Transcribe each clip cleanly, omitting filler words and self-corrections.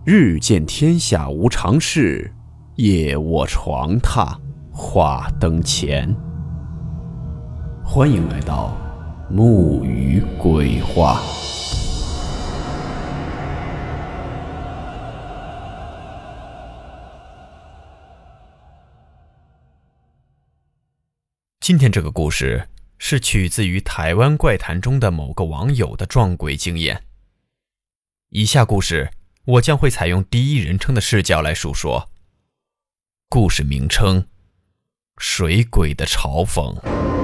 日见天下无常事，夜卧床榻话灯前。欢迎来到木鱼鬼话。 今天这个故事是取自于台湾怪谈中的某个网友的撞鬼经验。以下故事我将会采用第一人称的视角来述说。故事名称：水鬼的嘲讽。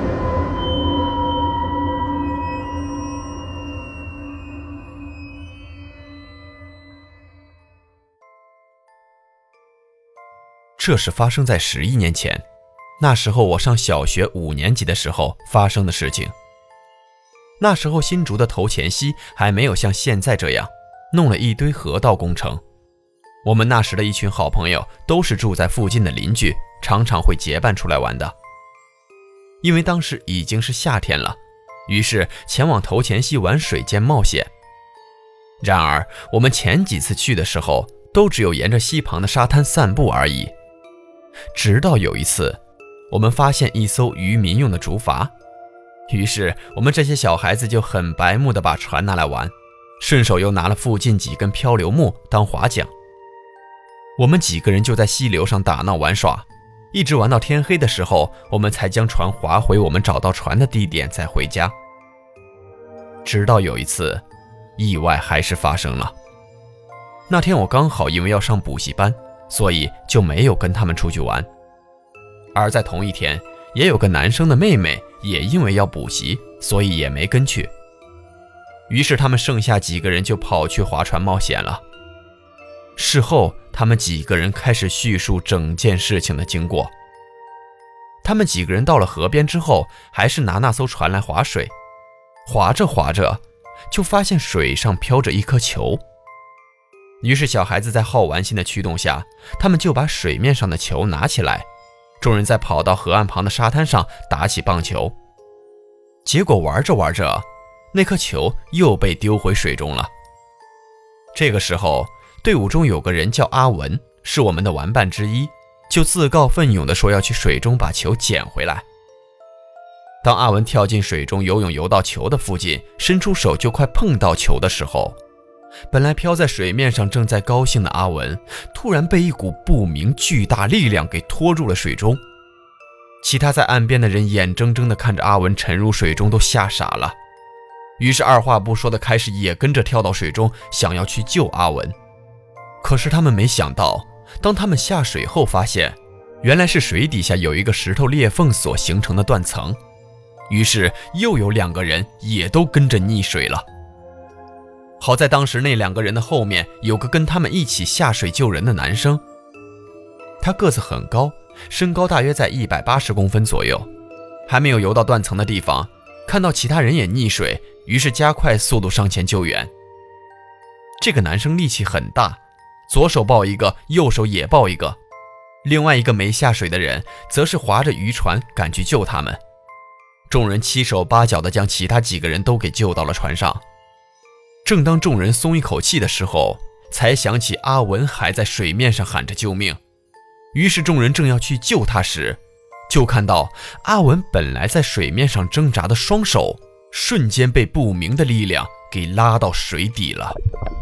这是发生在11年前，那时候我上小学5年级的时候发生的事情。那时候新竹的头前溪还没有像现在这样弄了一堆河道工程，我们那时的一群好朋友都是住在附近的邻居，常常会结伴出来玩的。因为当时已经是夏天了，于是前往头前溪玩水间冒险。然而我们前几次去的时候都只有沿着溪旁的沙滩散步而已。直到有一次我们发现一艘渔民用的竹筏，于是我们这些小孩子就很白目地把船拿来玩，顺手又拿了附近几根漂流木当划桨。我们几个人就在溪流上打闹玩耍，一直玩到天黑的时候，我们才将船划回我们找到船的地点再回家。直到有一次意外还是发生了。那天我刚好因为要上补习班，所以就没有跟他们出去玩。而在同一天，也有个男生的妹妹也因为要补习，所以也没跟去。于是他们剩下几个人就跑去划船冒险了。事后他们几个人开始叙述整件事情的经过。他们几个人到了河边之后，还是拿那艘船来划水，划着划着就发现水上飘着一颗球。于是小孩子在好玩心的驱动下，他们就把水面上的球拿起来，众人再跑到河岸旁的沙滩上打起棒球。结果玩着玩着，那颗球又被丢回水中了。这个时候队伍中有个人叫阿文，是我们的玩伴之一，就自告奋勇地说要去水中把球捡回来。当阿文跳进水中游泳游到球的附近，伸出手就快碰到球的时候，本来飘在水面上正在高兴的阿文，突然被一股不明巨大力量给拖入了水中。其他在岸边的人眼睁睁地看着阿文沉入水中，都吓傻了，于是二话不说的开始也跟着跳到水中，想要去救阿文。可是他们没想到，当他们下水后发现，原来是水底下有一个石头裂缝所形成的断层，于是又有2个人也都跟着溺水了。好在当时那2个人的后面有个跟他们一起下水救人的男生，他个子很高，身高大约在180公分左右，还没有游到断层的地方，看到其他人也溺水，于是加快速度上前救援。这个男生力气很大，左手抱一个，右手也抱一个，另外一个没下水的人则是划着渔船赶去救他们。众人七手八脚地将其他几个人都给救到了船上。正当众人松一口气的时候，才想起阿文还在水面上喊着救命。于是众人正要去救他时，就看到阿文本来在水面上挣扎的双手瞬间被不明的力量给拉到水底了。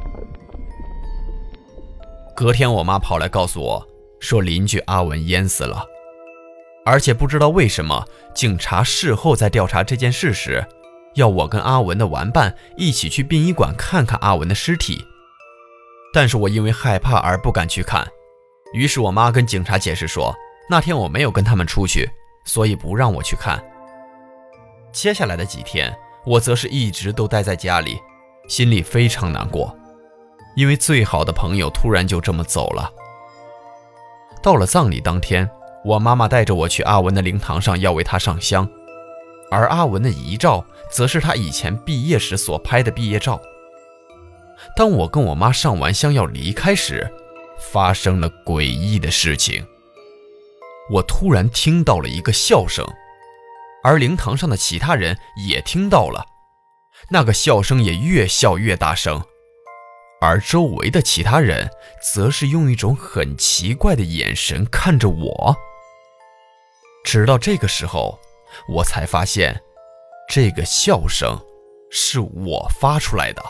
隔天我妈跑来告诉我，说邻居阿文淹死了，而且不知道为什么警察事后在调查这件事时，要我跟阿文的玩伴一起去殡仪馆看看阿文的尸体。但是我因为害怕而不敢去看，于是我妈跟警察解释说，那天我没有跟他们出去，所以不让我去看。接下来的几天，我则是一直都待在家里，心里非常难过，因为最好的朋友突然就这么走了。到了葬礼当天，我妈妈带着我去阿文的灵堂上要为他上香，而阿文的遗照则是他以前毕业时所拍的毕业照。当我跟我妈上完香要离开时，发生了诡异的事情。我突然听到了一个笑声，而灵堂上的其他人也听到了，那个笑声也越笑越大声， 而周围的其他人则是用一种很奇怪的眼神看着我。直到这个时候，我才发现这个笑声是我发出来的。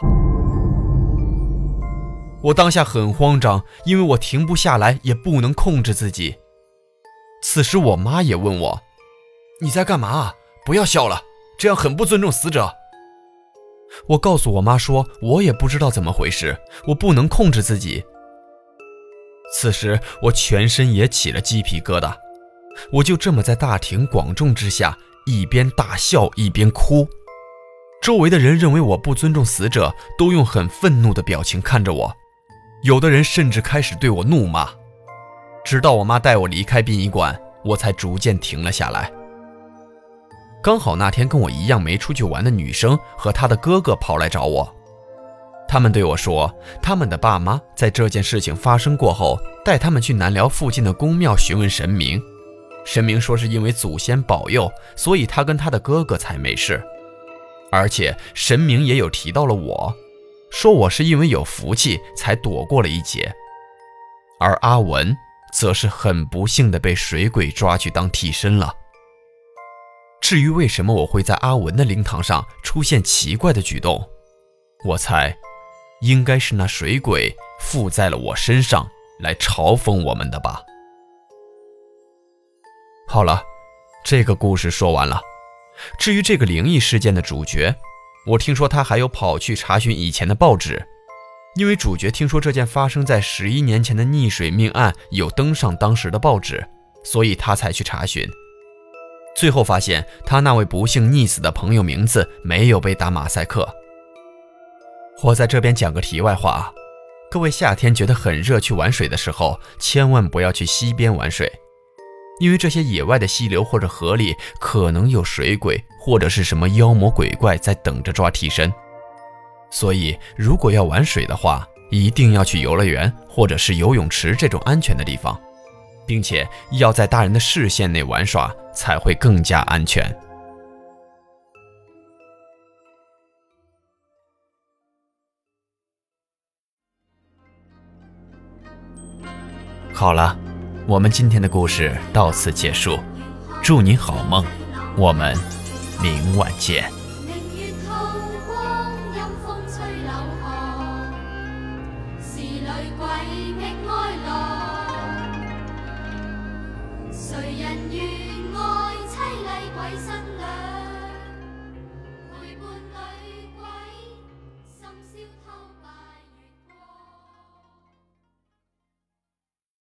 我当下很慌张，因为我停不下来，也不能控制自己。此时我妈也问我：你在干嘛？不要笑了，这样很不尊重死者。我告诉我妈说，我也不知道怎么回事，我不能控制自己。此时我全身也起了鸡皮疙瘩，我就这么在大庭广众之下一边大笑一边哭。周围的人认为我不尊重死者，都用很愤怒的表情看着我，有的人甚至开始对我怒骂。直到我妈带我离开殡仪馆，我才逐渐停了下来。刚好那天跟我一样没出去玩的女生和她的哥哥跑来找我，他们对我说，他们的爸妈在这件事情发生过后，带他们去南寮附近的宫庙询问神明。神明说是因为祖先保佑，所以他跟他的哥哥才没事。而且神明也有提到了我，说我是因为有福气才躲过了一劫。而阿文则是很不幸的被水鬼抓去当替身了。至于为什么我会在阿文的灵堂上出现奇怪的举动，我猜应该是那水鬼附在了我身上来嘲讽我们的吧。好了，这个故事说完了。至于这个灵异事件的主角，我听说他还有跑去查询以前的报纸，因为主角听说这件发生在11年前的溺水命案有登上当时的报纸，所以他才去查询。最后发现他那位不幸溺死的朋友名字没有被打马赛克。我在这边讲个题外话，各位夏天觉得很热去玩水的时候，千万不要去溪边玩水，因为这些野外的溪流或者河里可能有水鬼或者是什么妖魔鬼怪在等着抓替身。所以如果要玩水的话，一定要去游乐园或者是游泳池这种安全的地方，并且要在大人的视线内玩耍，才会更加安全。好了，我们今天的故事到此结束，祝您好梦，我们明晚见。 谁人愿爱凄厉鬼新娘陪伴侣？